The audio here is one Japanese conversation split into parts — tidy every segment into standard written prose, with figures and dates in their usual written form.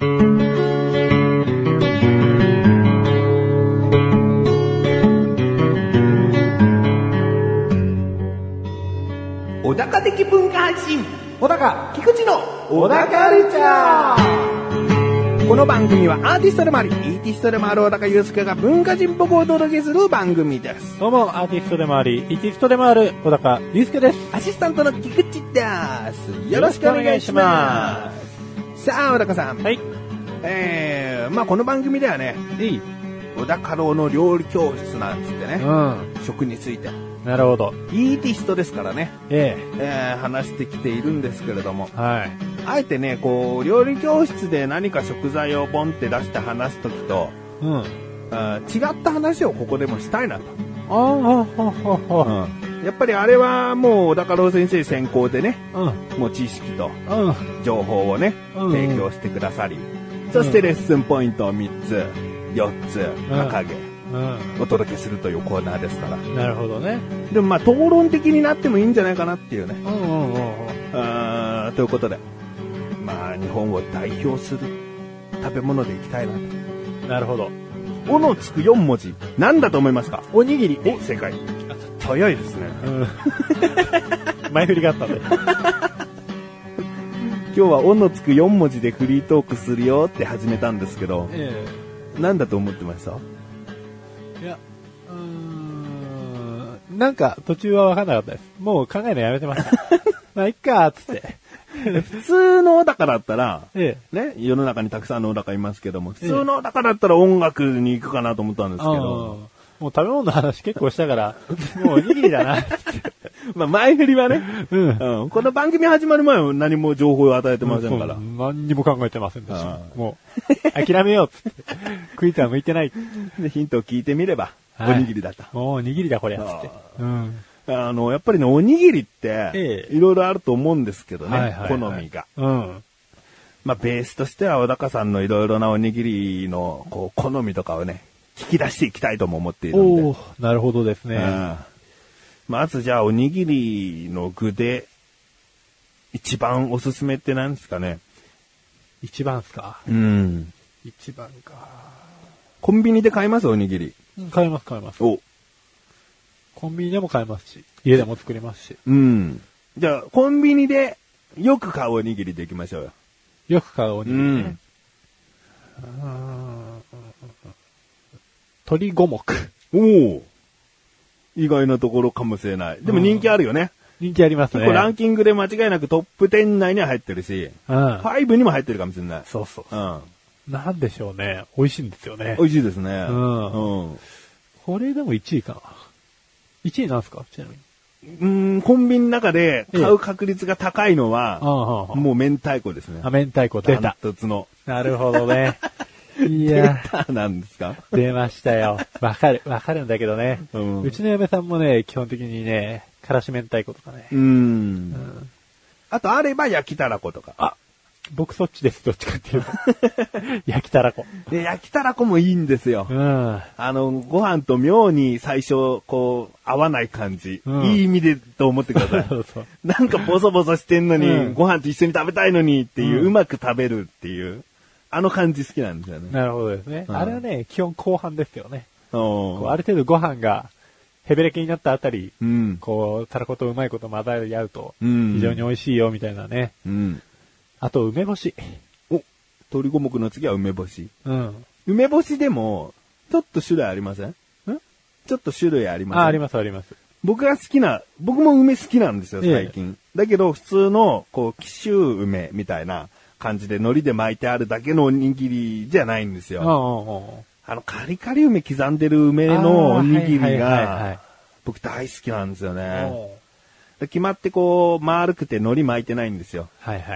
小高的文化発信、 小高菊池の小高カルチャー。 この番組はアーティストでもあり、イーティストでもある小高祐介が文化人っぽくお届けする番組です。 どうも、アーティストでもあり、イーティストでもある小高祐介です。 アシスタントの菊池です。よろしくお願いします。さあ、小高さん。 はい。 この番組ではね、小高郎の料理教室なんつってね、食について。 なるほど。 イーティストですからね、話してきているんですけれども、 はい。 あえてね、こう、料理教室で何か食材をボンって出して話すときと、違った話をここでもしたいなと。やっぱりあれはもう小高郎先生先行でね、もう知識と情報をね、提供してくださり、そしてレッスンポイントを3つ、4つ、掲げ、お届けするというコーナーですから。 なるほどね。 でも討論的になってもいいんじゃないかなっていうね。ということで、日本を代表する食べ物でいきたいなと。 なるほど。 おのつく4文字、なんだと思いますか？ おにぎり。 正解。早いですね。 前振りがあったんで。 今日はおのつく4文字でフリートークするよって始めたんですけど、なんだと思ってました？ いや、なんか途中は分かんなかったです。もう考えるのやめてました。まあ、いっかーっつって。 普通の小高だったら、 ね、 世の中にたくさんの小高いますけども、普通の小高だったら音楽に行くかなと思ったんですけど、 もう食べ物の話結構したから、もうおにぎりだなって。 前振りはね、この番組始まる前は何も情報を与えてませんから。 何にも考えてませんでした。もう、諦めようっつって。クイズは向いてない。 で、ヒントを聞いてみれば、おにぎりだと。 おにぎりだこれつって。 やっぱりね、おにぎりって、いろいろあると思うんですけどね、好みが。ベースとしては小高さんのいろいろなおにぎりの好みとかをね、引き出していきたいとも思っているので。 なるほどですね。 まずじゃあおにぎりの具で一番おすすめって何ですかね？ 一番ですか？一番か。 コンビニで買いますおにぎり。 買います。コンビニでも買えますし、家でも作りますし。 じゃあコンビニでよく買うおにぎりでいきましょうよ。 よく買うおにぎりね。鶏五目。 意外なところかもしれない。でも人気あるよね。 人気ありますね。 結構ランキングで間違いなくトップ10内には入ってるし、5にも入ってるかもしれない。 そう。なんでしょうね。美味しいんですよね。 美味しいですね。 これでも1位かな。1位なんすか？ちなみに。コンビニの中で買う確率が高いのは、もう明太子ですね。 明太子出た。 一つの。 なるほどね。いや。 出たなんですか？ 出ましたよ。わかるんだけどね。うちの嫁さんもね、基本的にね、からし明太子とかね。 あとあれば焼きたらことか。 僕そっちです。どっちかっていうと。焼きたらこ。 焼きたらこもいいんですよ。ご飯と妙に最初、合わない感じ。いい意味でと思ってください。なんかボソボソしてんのに、ご飯と一緒に食べたいのにっていう、うまく食べるっていう。あの感じ好きなんですよね。 なるほどですね。あれはね、基本後半ですけどね。ある程度ご飯がヘベレケになったあたり、たらことうまいこと混ざり合うと、非常に美味しいよみたいなね。あと、梅干し。 鶏五目の次は梅干し。梅干しでも、ちょっと種類ありません？ちょっと種類あります？ あります。 僕も梅好きなんですよ、最近。だけど、普通の、紀州梅みたいな感じで海苔で巻いてあるだけのおにぎりじゃないんですよ。カリカリ梅刻んでる梅のおにぎりが、僕大好きなんですよね。決まって丸くて海苔巻いてないんですよ。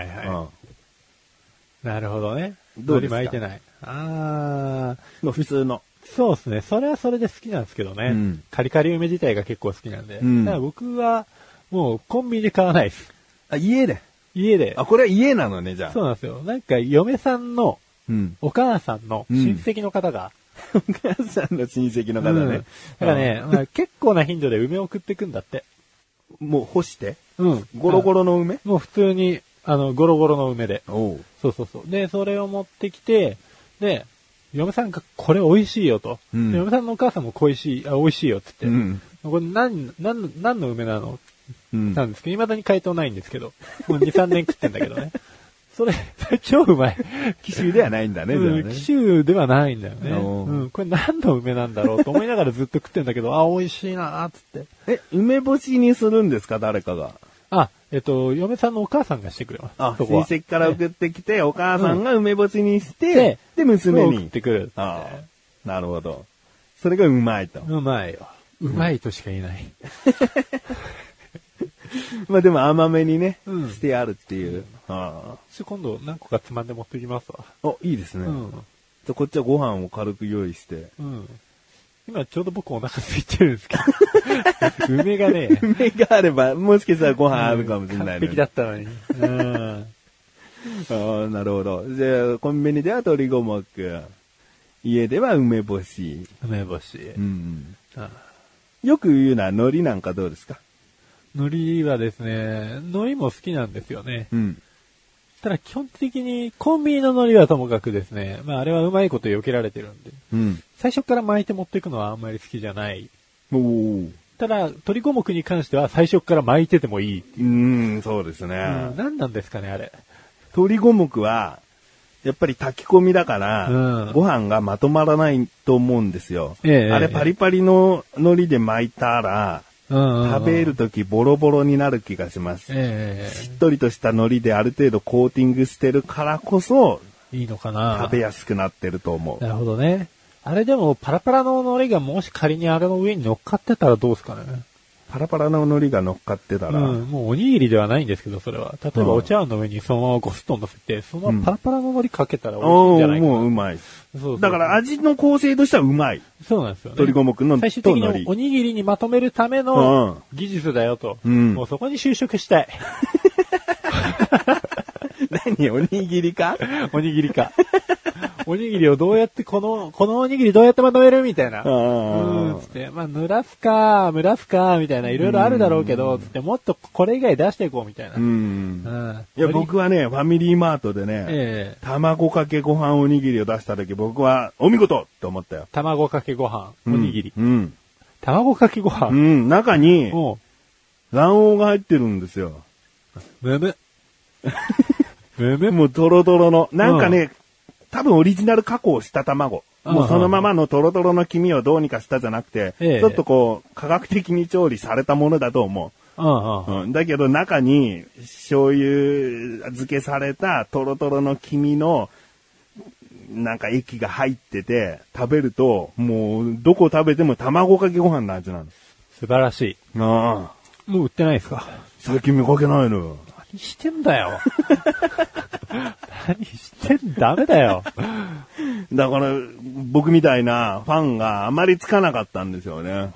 なるほどね。 どうですか？ 海苔巻いてない。普通の。 そうですね。それはそれで好きなんですけどね。カリカリ梅自体が結構好きなんで。だから僕は、もうコンビニで買わないです。 家で。これは家なのね、じゃあ。 そうなんですよ。なんか嫁さんの、お母さんの親戚の方が、 お母さんの親戚の方ね。 だからね、結構な頻度で梅を送ってくんだって。 もう干してゴロゴロの梅？ もう普通に、 ゴロゴロの梅で。 そうそうそう。で、それを持ってきて、で、嫁さんがこれ美味しいよと。うん、嫁さんのお母さんも美味しいよって言って。うん、これ何の梅なの、うん、なんですけど、未だに回答ないんですけど。もう2、3年食ってんだけどね。それ超うまい。 紀州ではないんだね、 うん、紀州ではないんだよね。うん、これ何の梅なんだろうと思いながらずっと食ってんだけど、美味しいなーっつって。 梅干しにするんですか、誰かが。 嫁さんのお母さんがしてくれます。 親戚から送ってきて、お母さんが梅干しにして、で、娘に。 送ってくる。 なるほど。それがうまいと。 うまいよ。うまいとしか言えない。 まあでも甘めにね、してあるっていう。 今度何個かつまんで持ってきますわ。いいですね。じゃこっちはご飯を軽く用意して。 今ちょうど僕お腹空いてるんですけど。梅がね。 梅があれば、もしかしたらご飯あるかもしれない、 完璧だったのに。 なるほど。じゃあ、コンビニでは鶏五目。家では梅干し。 梅干し。 よく言うのは海苔なんかどうですか？ 海苔はですね、海苔も好きなんですよね。ただ基本的にコンビニの海苔はともかくですね、まああれはうまいこと避けられてるんで、最初から巻いて持っていくのはあんまり好きじゃない。ただ鶏五目に関しては最初から巻いててもいいっていう。 そうですね。 何なんですかねあれ。 鶏五目はやっぱり炊き込みだから、ご飯がまとまらないと思うんですよ。あれパリパリの海苔で巻いたら、食べるときボロボロになる気がします。しっとりとした海苔である程度コーティングしてるからこそ、 いいのかな。 食べやすくなってると思う。 なるほどね。あれでもパラパラの海苔がもし仮にあれの上に乗っかってたらどうですかね。 パラパラの海苔が乗っかってたら、 もうおにぎりではないんですけど、それは。例えばお茶碗の上にそのままゴスッと乗せて、そのままパラパラの海苔かけたら美味しいんじゃないかな。 もううまい。だから味の構成としてはうまい。 そうなんですよね。 鶏五目の最終的におにぎりにまとめるための技術だよと。もうそこに就職したい。 何おにぎりかおにぎりか。おにぎりをどうやって、このおにぎりどうやってまとめるみたいな。つって、まあ、蒸らすか、みたいな、いろいろあるだろうけど、つって、もっとこれ以外出していこうみたいな。 いや、僕はね、ファミリーマートでね、卵かけご飯おにぎりを出した時、僕は、お見事と思ったよ。 卵かけご飯、おにぎり。卵かけご飯。 中に、卵黄が入ってるんですよ。 むむ。 もうトロトロの。なんかね、多分オリジナル加工した卵。もうそのままのトロトロの黄身をどうにかしたじゃなくて、ちょっとこう、科学的に調理されたものだと思う。だけど中に醤油漬けされたトロトロの黄身のなんか液が入ってて、食べるともうどこ食べても卵かけご飯の味なの。 素晴らしい。もう売ってないですか？ 最近見かけないの。 何してんだよ。何してんダメだよ。 だから、僕みたいなファンがあまりつかなかったんですよね。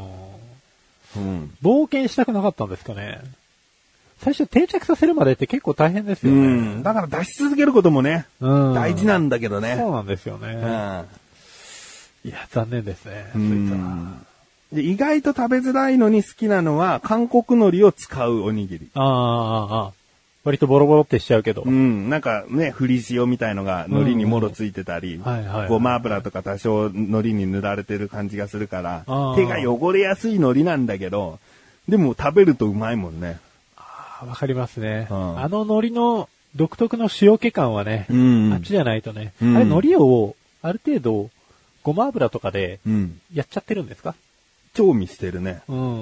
冒険したくなかったんですかね。最初定着させるまでって結構大変ですよね。 だから出し続けることもね、大事なんだけどね。 そうなんですよね。いや、残念ですね。 で意外と食べづらいのに好きなのは、韓国海苔を使うおにぎり。 割とボロボロってしちゃうけど。 なんかね、振り塩みたいのが海苔にもろついてたり、ごま油とか多少海苔に塗られてる感じがするから、手が汚れやすい海苔なんだけど、でも食べるとうまいもんね。 わかりますね。あの海苔の独特の塩気感はね、あっちじゃないとね。あれ海苔をある程度ごま油とかでやっちゃってるんですか？ 調味してるね。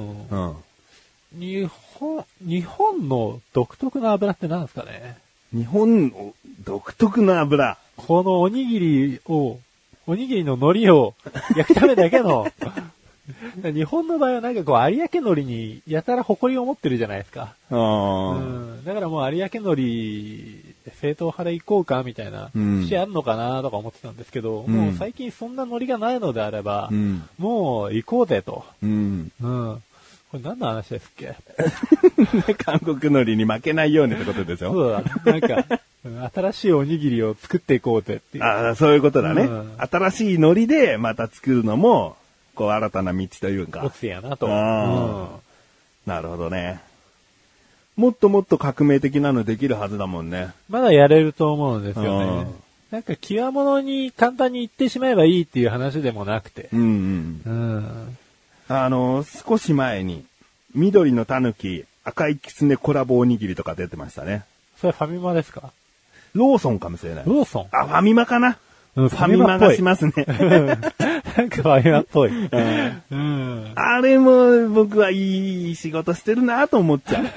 日本の独特な油って何ですかね？ 日本の独特な油。 このおにぎりの海苔を焼くためだけの、日本の場合はなんかこう有明海苔にやたら誇りを持ってるじゃないですか。だからもう有明海苔正統派で行こうかみたいな節あるのかなとか思ってたんですけど、もう最近そんな海苔がないのであれば、もう行こうぜと。これ何の話ですっけ？ 韓国海苔に負けないようにってことですよ。 そうだ。なんか、新しいおにぎりを作っていこうぜっていう。 そういうことだね。新しい海苔でまた作るのも、こう新たな道というか。 おつやなと。 なるほどね。 もっともっと革命的なのできるはずだもんね。 まだやれると思うんですよね。なんか極物に簡単に言ってしまえばいいっていう話でもなくて。 少し前に、緑の狸、赤いキツネコラボおにぎりとか出てましたね。 それファミマですか？ ローソンかもしれない。 ローソン？ ファミマかな？ファミマがしますね。 なんかファミマっぽい。 あれも僕はいい仕事してるなと思っちゃう。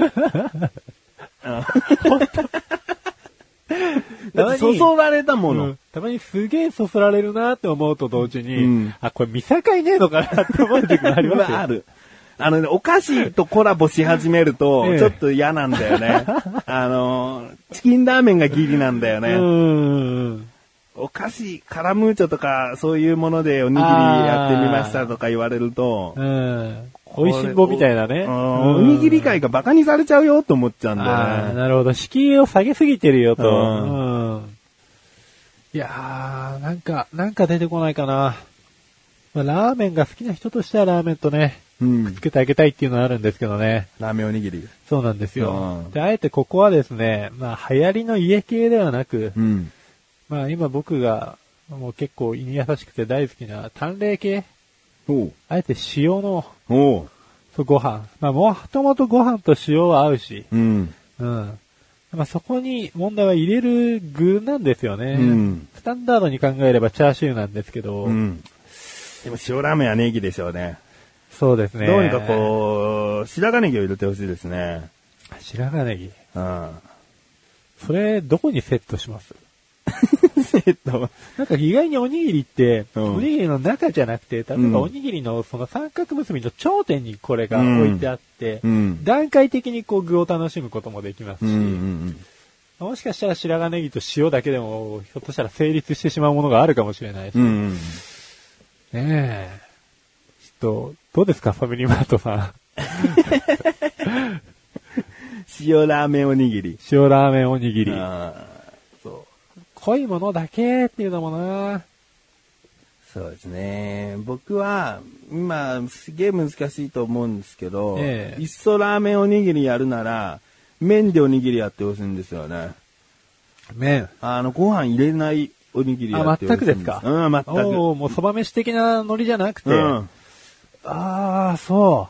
だってそそられたもの。 たまにすげえそそられるなって思うと同時に、これ見境ねえのかなって思う時もありますよ。 ある。お菓子とコラボし始めると、ちょっと嫌なんだよね。チキンラーメンがギリなんだよね。お菓子、カラムーチョとか、そういうものでおにぎりやってみましたとか言われると、 美味しんぼみたいなね。 おにぎり界がバカにされちゃうよと思っちゃうんだよね。 なるほど。敷居を下げすぎてるよと。いやー、なんか出てこないかな。ラーメンが好きな人としてはラーメンとね、くっつけてあげたいっていうのはあるんですけどね。 ラーメンおにぎり。 そうなんですよ。で、あえてここはですね、流行りの家系ではなく、今僕がもう結構胃に優しくて大好きな淡麗系。あえて塩のご飯。もともとご飯と塩は合うし。そこに問題は入れる具なんですよね。スタンダードに考えればチャーシューなんですけど。 でも塩ラーメンはネギでしょうね。 そうですね。 どうにか白髪ネギを入れてほしいですね。 白髪ネギ。それ、どこにセットします？なんか意外におにぎりって、おにぎりの中じゃなくて、例えばおにぎりのその三角結びの頂点にこれが置いてあって、段階的に具を楽しむこともできますし、もしかしたら白髪ネギと塩だけでも、ひょっとしたら成立してしまうものがあるかもしれないし。ねえ。どうですか、ファミリーマートさん。 塩ラーメンおにぎり。 塩ラーメンおにぎり。濃いものだけっていうのもな。 そうですね。僕は、今、すげえ難しいと思うんですけど、いっそラーメンおにぎりやるなら、麺でおにぎりやってほしいんですよね。 麺ご飯入れないおにぎりやってほしいんです。 全くですか？ 全く。 もうそば飯的な海苔じゃなくて。そう。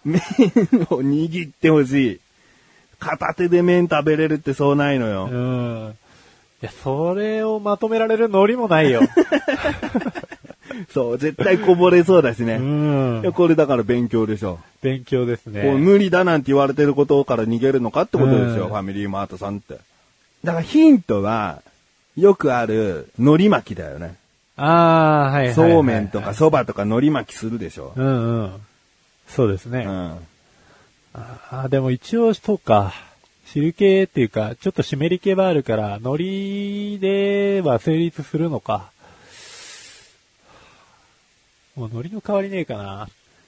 麺を握ってほしい。片手で麺食べれるってそうないのよ。 いや、それをまとめられる海苔もないよ。 そう、絶対こぼれそうだしね。いや、これだから勉強でしょ。 勉強ですね。 無理だなんて言われてることから逃げるのかってことですよ、ファミリーマートさんって。だからヒントは、よくある海苔巻きだよね。そうめんとか蕎麦とか海苔巻きするでしょ。 そうですね。でも一応そうか。汁系っていうか、ちょっと湿り気はあるから、海苔では成立するのか。もう海苔の代わりねえかな。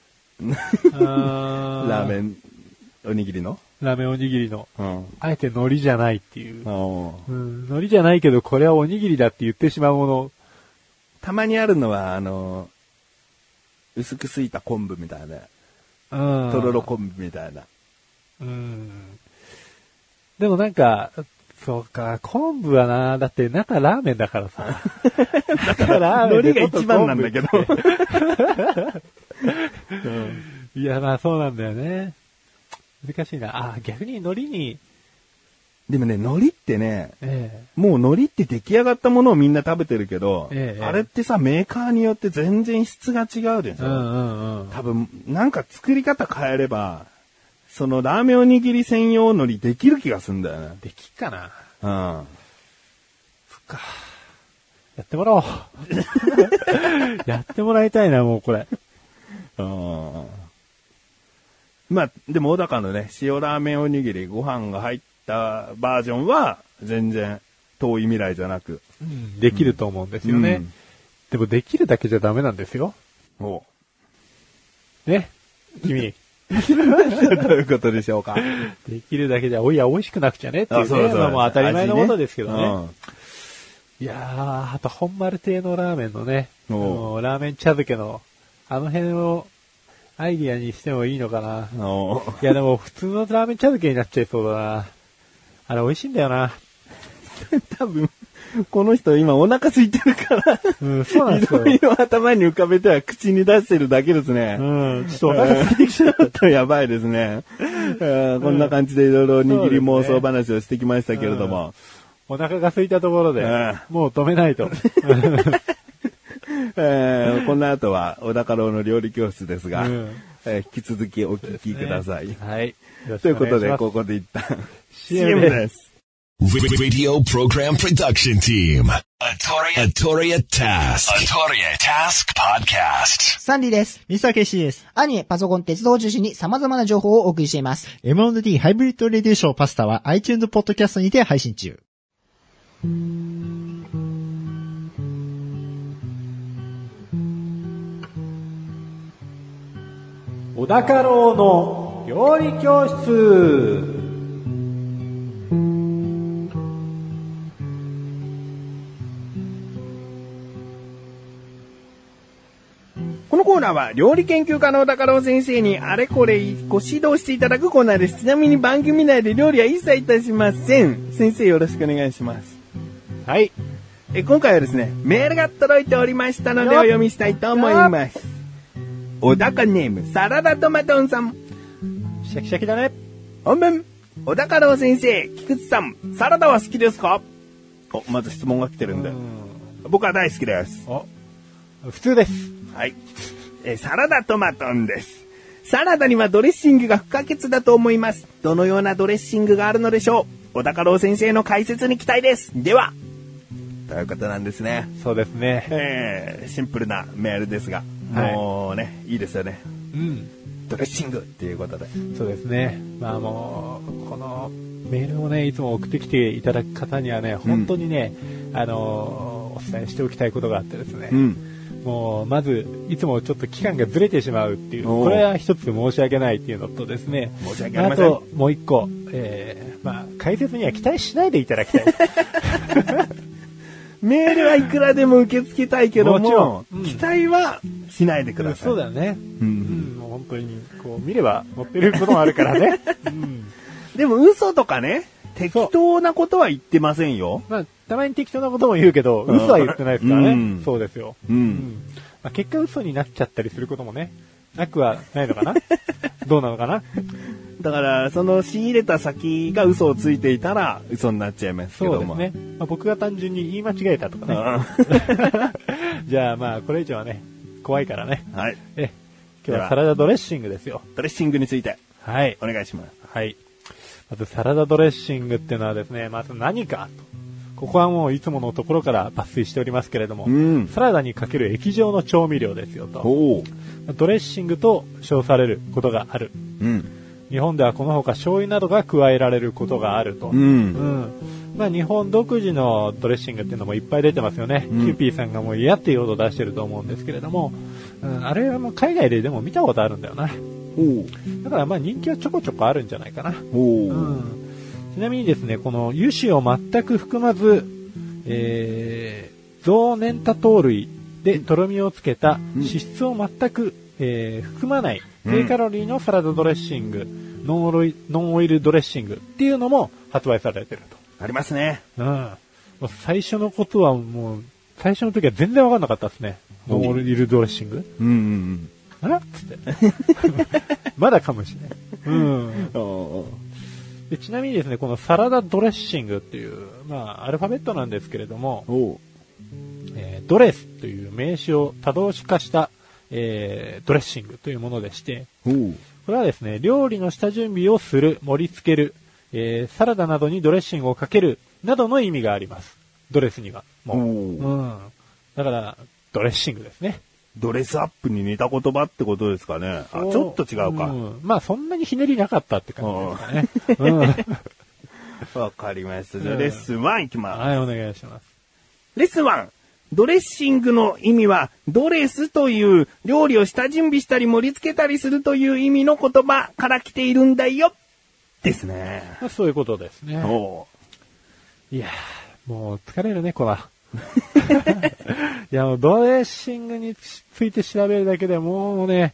ラーメンおにぎりの？ ラーメンおにぎりの。あえて海苔じゃないっていう。海苔じゃないけど、これはおにぎりだって言ってしまうもの。 たまにあるのは、薄くすいた昆布みたいな。とろろ昆布みたいな。 でもなんか、そうか、昆布はな、だって中ラーメンだからさ。だからラーメン海苔が一番なんだけど。 いや、そうなんだよね。難しいな。逆に海苔に。 でもね、海苔ってね、もう海苔って出来上がったものをみんな食べてるけど、あれってさ、メーカーによって全然質が違うでしょ。多分、なんか作り方変えれば、そのラーメンおにぎり専用海苔できる気がするんだよね。 できっかな。 そっか。やってもらおう。やってもらいたいな、もうこれ。 でも小高のね、塩ラーメンおにぎりご飯が入ったバージョンは全然遠い未来じゃなく、 できると思うんですよね。でもできるだけじゃダメなんですよ。ね、君。 どういうことでしょうか。 できるだけじゃ、美味しくなくちゃねっていうね。もう当たり前のことですけどね。いやー、あと本丸亭のラーメンのね、ラーメン茶漬けの、あの辺を、 アイディアにしてもいいのかな。いやでも普通のラーメン茶漬けになっちゃいそうだな。あれ美味しいんだよな。 多分、この人今お腹空いてるから、 そうなんですよ。 いろいろ頭に浮かべては口に出してるだけですね。 ちょっとお腹空いてきちゃった。 やばいですね。こんな感じでいろいろ握り妄想話をしてきましたけれども。 お腹が空いたところで、もう止めないと。 この後は小高郎の料理教室ですが、引き続きお聞きください。 はい。 ということで、ここで一旦 CM です。 Radio Program Production Team. Atoria Task. Atoria Task Podcast. サンディです。 ミスターケイシーです。 アニメ、パソコン、鉄道を中心に様々な情報をお送りしています。 M&D ハイブリッドレディーショーパスタは iTunes ポッドキャストにて配信中。 小高郎の料理教室。 このコーナーは料理研究家の小高郎先生にあれこれご指導していただくコーナーです。ちなみに番組内で料理は一切いたしません。先生よろしくお願いします。 はい。 今回はですね、メールが届いておりましたのでお読みしたいと思います。小高ネームサラダトマトンさん。 シャキシャキだね。 本文、小高郎先生、菊池さん、サラダは好きですか？まず質問が来てるんで。僕は大好きです。 普通です。 はい。サラダトマトンです。サラダにはドレッシングが不可欠だと思います。どのようなドレッシングがあるのでしょう？小高郎先生の解説に期待です。では。ということなんですね。 そうですね。 シンプルなメールですが、もうね、いいですよね。ドレッシングっていうことで。 そうですね。まあもう、このメールをね、いつも送ってきていただく方にはね、本当にね、お伝えしておきたいことがあってですね。もう、まず、いつもちょっと期間がずれてしまうっていう、これは一つ申し訳ないっていうのとですね。 申し訳ありません。 あと、もう一個、まあ、解説には期待しないでいただきたい。 メールはいくらでも受け付けたいけども、 もちろん、 期待はしないでください。 そうだよね。もう本当に、こう、見れば載ってることもあるからね。 でも、嘘とかね、適当なことは言ってませんよ。 まあ、たまに適当なことも言うけど、嘘は言ってないですからね。そうですよ。まあ、結果嘘になっちゃったりすることもね、なくはないのかな。どうなのかな。 だから、その仕入れた先が嘘をついていたら嘘になっちゃいますけども。 そうですね。まあ、僕が単純に言い間違えたとかね。じゃあまあ、これ以上はね、怖いからね。 はい。 今日はサラダドレッシングですよ。 ドレッシングについて。 はい。 お願いします。 はい。まずサラダドレッシングっていうのはですね、まず何かと。ここはもういつものところから抜粋しておりますけれども、サラダにかける液状の調味料ですよと。ドレッシングと称されることがある。日本ではこのほか醤油などが加えられることがあると。まあ日本独自のドレッシングっていうのもいっぱい出てますよね。キューピーさんがもう嫌っていうほど出してると思うんですけれども、あれはもう海外でも見たことあるんだよな。だからまあ人気はちょこちょこあるんじゃないかな。ちなみにですね、この油脂を全く含まず、増粘多糖類でとろみをつけた脂質を全く、含まない低カロリーのサラダドレッシング、ノンオイルドレッシングっていうのも発売されてると。 ありますね。 もう最初のことはもう、最初の時は全然わかんなかったですね。ノンオイルドレッシング。あらっつって。まだかもしれない。でちなみにですね、このサラダドレッシングっていう、まあ、アルファベットなんですけれども、ドレスという名詞を多動詞化した、ドレッシングというものでして、これはですね、料理の下準備をする、盛り付ける、サラダなどにドレッシングをかける、などの意味があります。ドレスには。だから、ドレッシングですね。 ドレスアップに似た言葉ってことですかね。ちょっと違うか。 まあそんなにひねりなかったって感じですかね。 わかりました。じゃあレッスン1いきます。 はい、お願いします。 レッスン1。ドレッシングの意味は、ドレスという料理を下準備したり盛り付けたりするという意味の言葉から来ているんだよ。ですね。 そういうことですね。いやー、もう疲れるね、こら。いや、もうドレッシングについて調べるだけでもうね、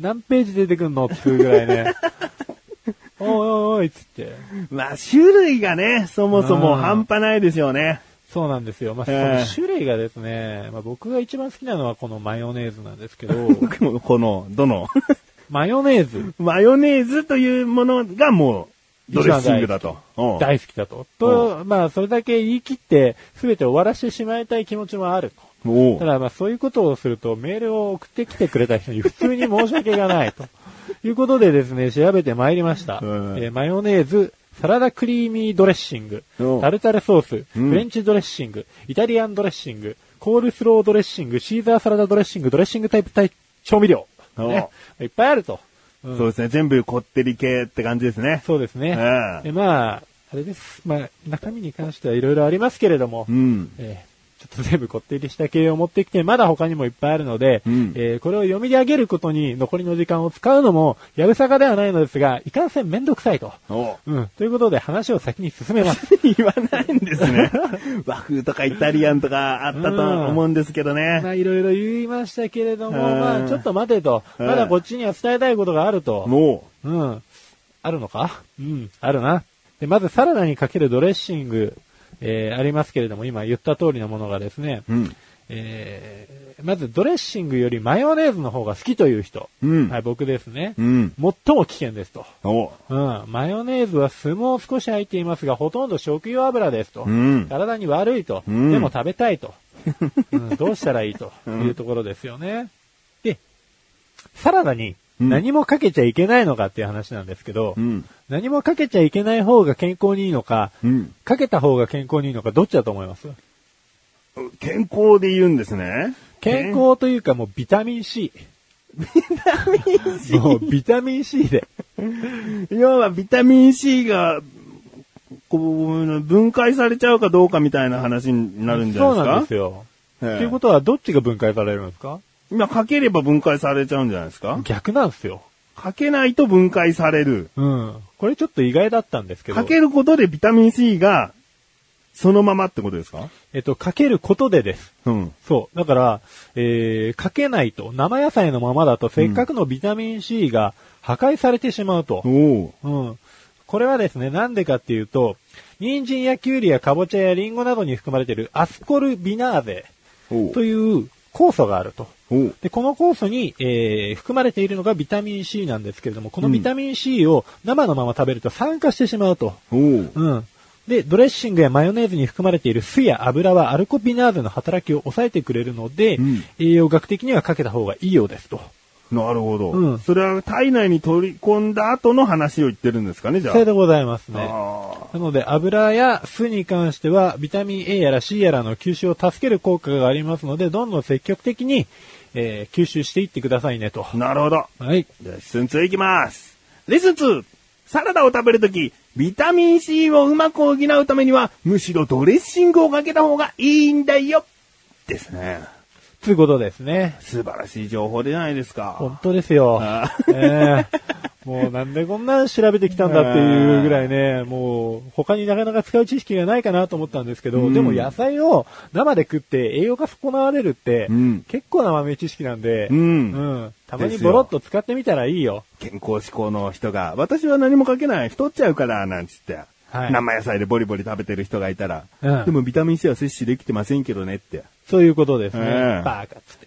何ページ出てくんのっていうぐらいね。おいおいおいっつって。 まあ、種類がね、そもそも半端ないですよね。 そうなんですよ。まあ、その種類がですね、まあ僕が一番好きなのはこのマヨネーズなんですけど。 僕もこの、どのマヨネーズ。 マヨネーズというものがもう、ドレッシングだと。 大好きだと。と、まあ、それだけ言い切って、すべて終わらせてしまいたい気持ちもあると。ただ、まあ、そういうことをすると、メールを送ってきてくれた人に普通に申し訳がないと。いうことでですね、調べてまいりました。マヨネーズ、サラダクリーミードレッシング、タルタルソース、フレンチドレッシング、イタリアンドレッシング、コールスロードレッシング、シーザーサラダドレッシング、ドレッシングタイプ調味料。ね、いっぱいあると。 そうですね。全部こってり系って感じですね。 そうですね。まあ、あれです。まあ、中身に関してはいろいろありますけれども、ちょっと全部こってりした系を持ってきて、まだ他にもいっぱいあるので、これを読み上げることに残りの時間を使うのも、やぶさかではないのですが、いかんせんめんどくさいと。ということで話を先に進めます。 言わないんですね。和風とかイタリアンとかあったと思うんですけどね。 まあいろいろ言いましたけれども、まあちょっと待てと。まだこっちには伝えたいことがあると。あるのか？あるな。で、まずサラダにかけるドレッシング、ありますけれども、今言った通りのものがですね、まずドレッシングよりマヨネーズの方が好きという人、はい、僕ですね、最も危険ですと、マヨネーズは酢も少し入っていますが、ほとんど食用油ですと、体に悪いと、でも食べたいと、どうしたらいいというところですよね。で、サラダに何もかけちゃいけないのかっていう話なんですけど、何もかけちゃいけない方が健康にいいのか、かけた方が健康にいいのか、どっちだと思います？ 健康で言うんですね。 健康というかもうビタミン C。 ビタミン C? もうビタミン C で。 要はビタミン C が、こう、分解されちゃうかどうかみたいな話になるんじゃないですか？ そうなんですよ。ということはどっちが分解されるんですか？ 今かければ分解されちゃうんじゃないですか？ 逆なんですよ。 かけないと分解される。 これちょっと意外だったんですけど。 かけることでビタミン C がそのままってことですか？ かけることでです。そう。だから、かけないと、生野菜のままだとせっかくのビタミン C が破壊されてしまうと。これはですね、なんでかっていうと、人参やキュウリやカボチャやリンゴなどに含まれているアスコルビナーゼという酵素があると。で、この酵素に、含まれているのがビタミン C なんですけれども、このビタミン C を生のまま食べると酸化してしまうと。で、ドレッシングやマヨネーズに含まれている酢や油はアルコピナーゼの働きを抑えてくれるので、栄養学的にはかけた方がいいようですと。 なるほど。それは体内に取り込んだ後の話を言ってるんですかね、じゃあ。 そうでございますね。なので、油や酢に関しては、ビタミン A やら C やらの吸収を助ける効果がありますので、どんどん積極的に、吸収していってくださいねと。 なるほど。 はい。 レッスン2いきます。レッスン 2! サラダを食べるとき、ビタミン C をうまく補うためには、むしろドレッシングをかけた方がいいんだよですね。 ということですね。 素晴らしい情報じゃないですか。 本当ですよ。もうなんでこんな調べてきたんだっていうぐらいね、もう他になかなか使う知識がないかなと思ったんですけど、でも野菜を生で食って栄養が損なわれるって、結構な豆知識なんで、たまにボロッと使ってみたらいいよ。 健康志向の人が、私は何もかけない、太っちゃうから、なんつって。生野菜でボリボリ食べてる人がいたら、でもビタミン C は摂取できてませんけどねって。 そういうことですね。バーカっつって。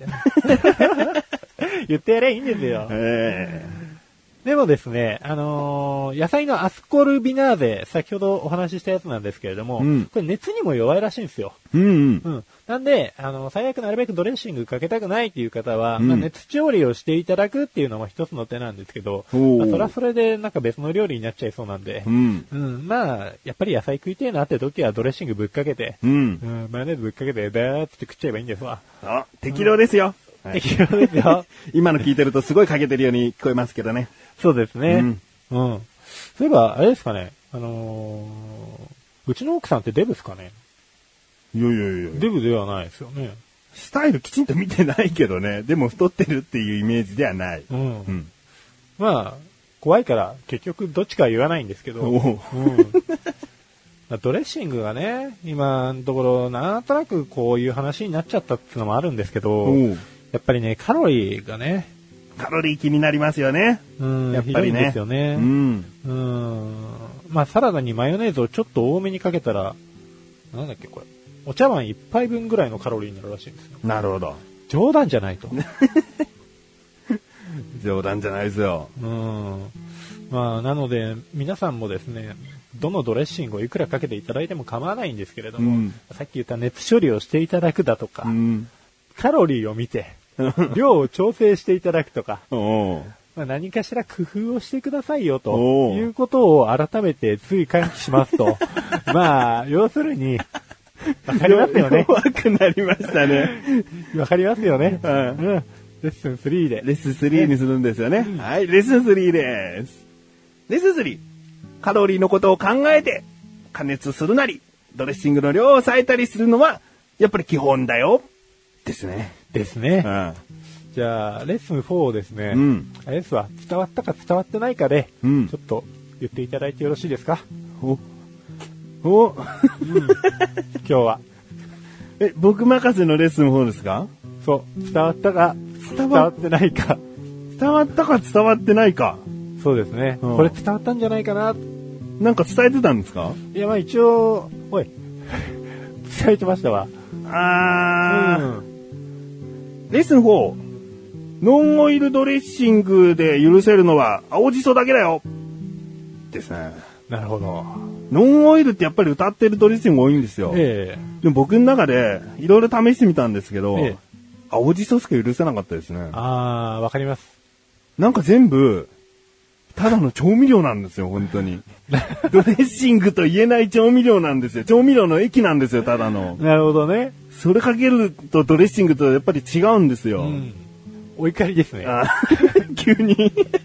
言ってやればいいんですよ。でもですね、野菜のアスコルビナーゼ、先ほどお話ししたやつなんですけれども、これ熱にも弱いらしいんですよ。なんで、最悪なるべくドレッシングかけたくないっていう方は、熱調理をしていただくっていうのも一つの手なんですけど、それはそれでなんか別の料理になっちゃいそうなんで、まあ、やっぱり野菜食いてえなって時はドレッシングぶっかけて、マヨネーズぶっかけて、バーって食っちゃえばいいんですわ。 適量ですよ。 適量ですよ。 今の聞いてるとすごいかけてるように聞こえますけどね。 そうですね。そういえば、あれですかね、うちの奥さんってデブですかね？ いや。 デブではないですよね。 スタイルきちんと見てないけどね。でも太ってるっていうイメージではない。 まあ、怖いから結局どっちかは言わないんですけど、ドレッシングがね、今のところなんとなくこういう話になっちゃったっていうのもあるんですけど、やっぱりね、カロリーがね、 カロリー気になりますよね。やっぱりね。 ですよね。まあサラダにマヨネーズをちょっと多めにかけたら、なんだっけこれ。お茶碗一杯分ぐらいのカロリーになるらしいんですよ。 なるほど。 冗談じゃないと。 冗談じゃないですよ。 まあなので、皆さんもですね、どのドレッシングをいくらかけていただいても構わないんですけれども、さっき言った熱処理をしていただくだとか、カロリーを見て、量を調整していただくとか、まあ、何かしら工夫をしてくださいよということを改めて追加しますと、まあ、要するに、わかりますよね。 弱くなりましたね。 わかりますよね。レッスン3で。 レッスン3にするんですよね。はい、レッスン3です。レッスン3。カロリーのことを考えて、加熱するなり、ドレッシングの量を抑えたりするのは、やっぱり基本だよ。ですね。 ですね。じゃあ、レッスン4ですね。あれですわ、伝わったか伝わってないかで、ちょっと言っていただいてよろしいですか？今日は。 僕任せのレッスン4ですか？ そう。伝わったか伝わってないか。 伝わったか伝わってないか。 そうですね。これ伝わったんじゃないかな。 なんか伝えてたんですか？ いや、まあ一応、伝えてましたわ。 レッスン4。ノンオイルドレッシングで許せるのは青じそだけだよ。ですね。 なるほど。 ノンオイルってやっぱり歌ってるドレッシング多いんですよ。でも僕の中でいろいろ試してみたんですけど、青じそしか許せなかったですね。 わかります。 なんか全部、ただの調味料なんですよ、本当に。ドレッシングと言えない調味料なんですよ。調味料の液なんですよ、ただの。 なるほどね。 それかけるとドレッシングとやっぱり違うんですよ。 お怒りですね。 急に。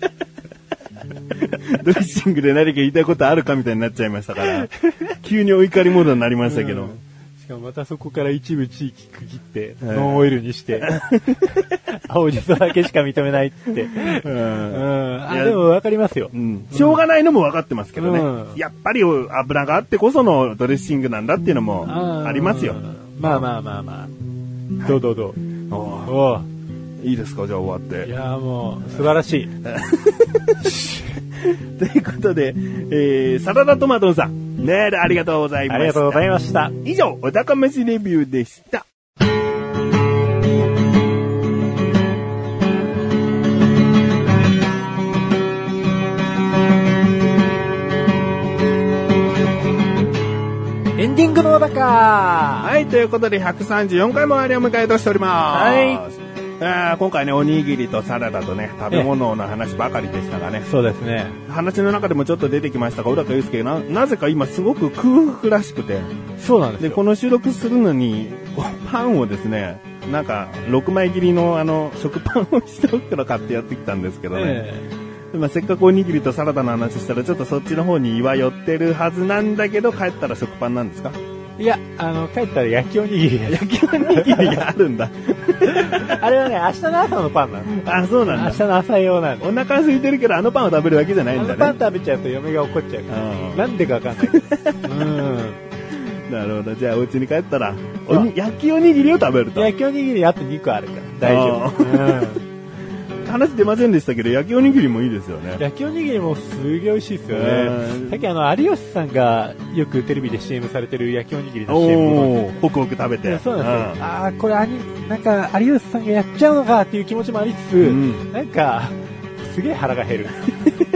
ドレッシングで何か言いたいことあるかみたいになっちゃいましたから、急にお怒りモードになりましたけど。 しかもまたそこから一部地域区切って、ノンオイルにして、青じそだけしか認めないって。でもわかりますよ。 しょうがないのも分かってますけどね。やっぱり油があってこそのドレッシングなんだっていうのもありますよ。 まあ。どう。 いいですか、じゃあ終わって。 いやもう、素晴らしい。 ということで、サラダトマトさん、メールありがとうございました。 ありがとうございました。 以上、お高めしレビューでした。 エンディングのおだか。 はい、ということで134回も終わりを迎えとしております。はい。今回ね、おにぎりとサラダとね、食べ物の話ばかりでしたがね。 そうですね。 話の中でもちょっと出てきましたが、小高祐介がなぜか今すごく空腹らしくて。 そうなんですよ。 で、この収録するのに、パンをですね、なんか、6枚切りの食パンを1袋買ってやってきたんですけどね。せっかくおにぎりとサラダの話したら、ちょっとそっちの方に胃は寄ってるはずなんだけど、帰ったら食パンなんですか？ いや、帰ったら焼きおにぎり。 焼きおにぎりがあるんだ。 あれはね、明日の朝のパンなの。 そうなんだ。 明日の朝用なんだ。 お腹空いてるけど、あのパンを食べるわけじゃないんだね。 パン食べちゃうと嫁が怒っちゃうから。なんでかわかんない。 なるほど。じゃあ、お家に帰ったら、焼きおにぎりを食べると。 焼きおにぎりあと2個あるから、大丈夫。 話出ませんでしたけど、焼きおにぎりもいいですよね。 焼きおにぎりもすげえ美味しいですよね。さっき有吉さんがよくテレビで CM されてる焼きおにぎりの CM ホクホク食べて。 そうなんですよ。これなんか有吉さんがやっちゃうのかっていう気持ちもありつつ、なんか、すげえ腹が減る。という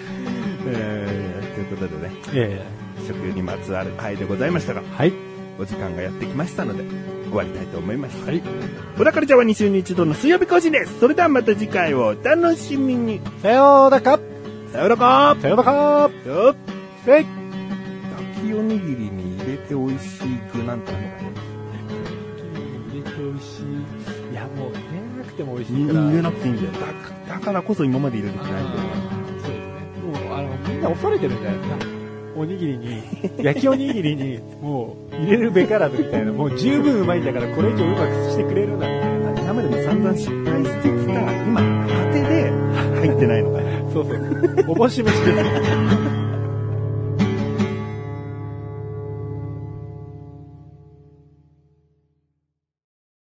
ことでね、食にまつわる回でございましたが、はい。お時間がやってきましたので、終わりたいと思います。はい。小田カルチャーは2週に1度の水曜日更新です。それではまた次回をお楽しみに。 さようなら。 さようなら。 さようなら。 よっ。焼きおにぎりに入れて美味しい具なんてあるのかな。 入れて美味しい。いやもう入れなくても美味しいから。 入れなくていいんだよ。だからこそ今まで入れる気ないんだよ。 そうですね。もうみんな恐れてるんじゃないですか。おにぎりに、焼きおにぎりに、もう、入れるべからずみたいな、もう十分うまいんだから、これ以上うまくしてくれるな、みたいな。 今までも散々失敗してきた、今、果てで入ってないのかな。 そうそう。おぼし飯です。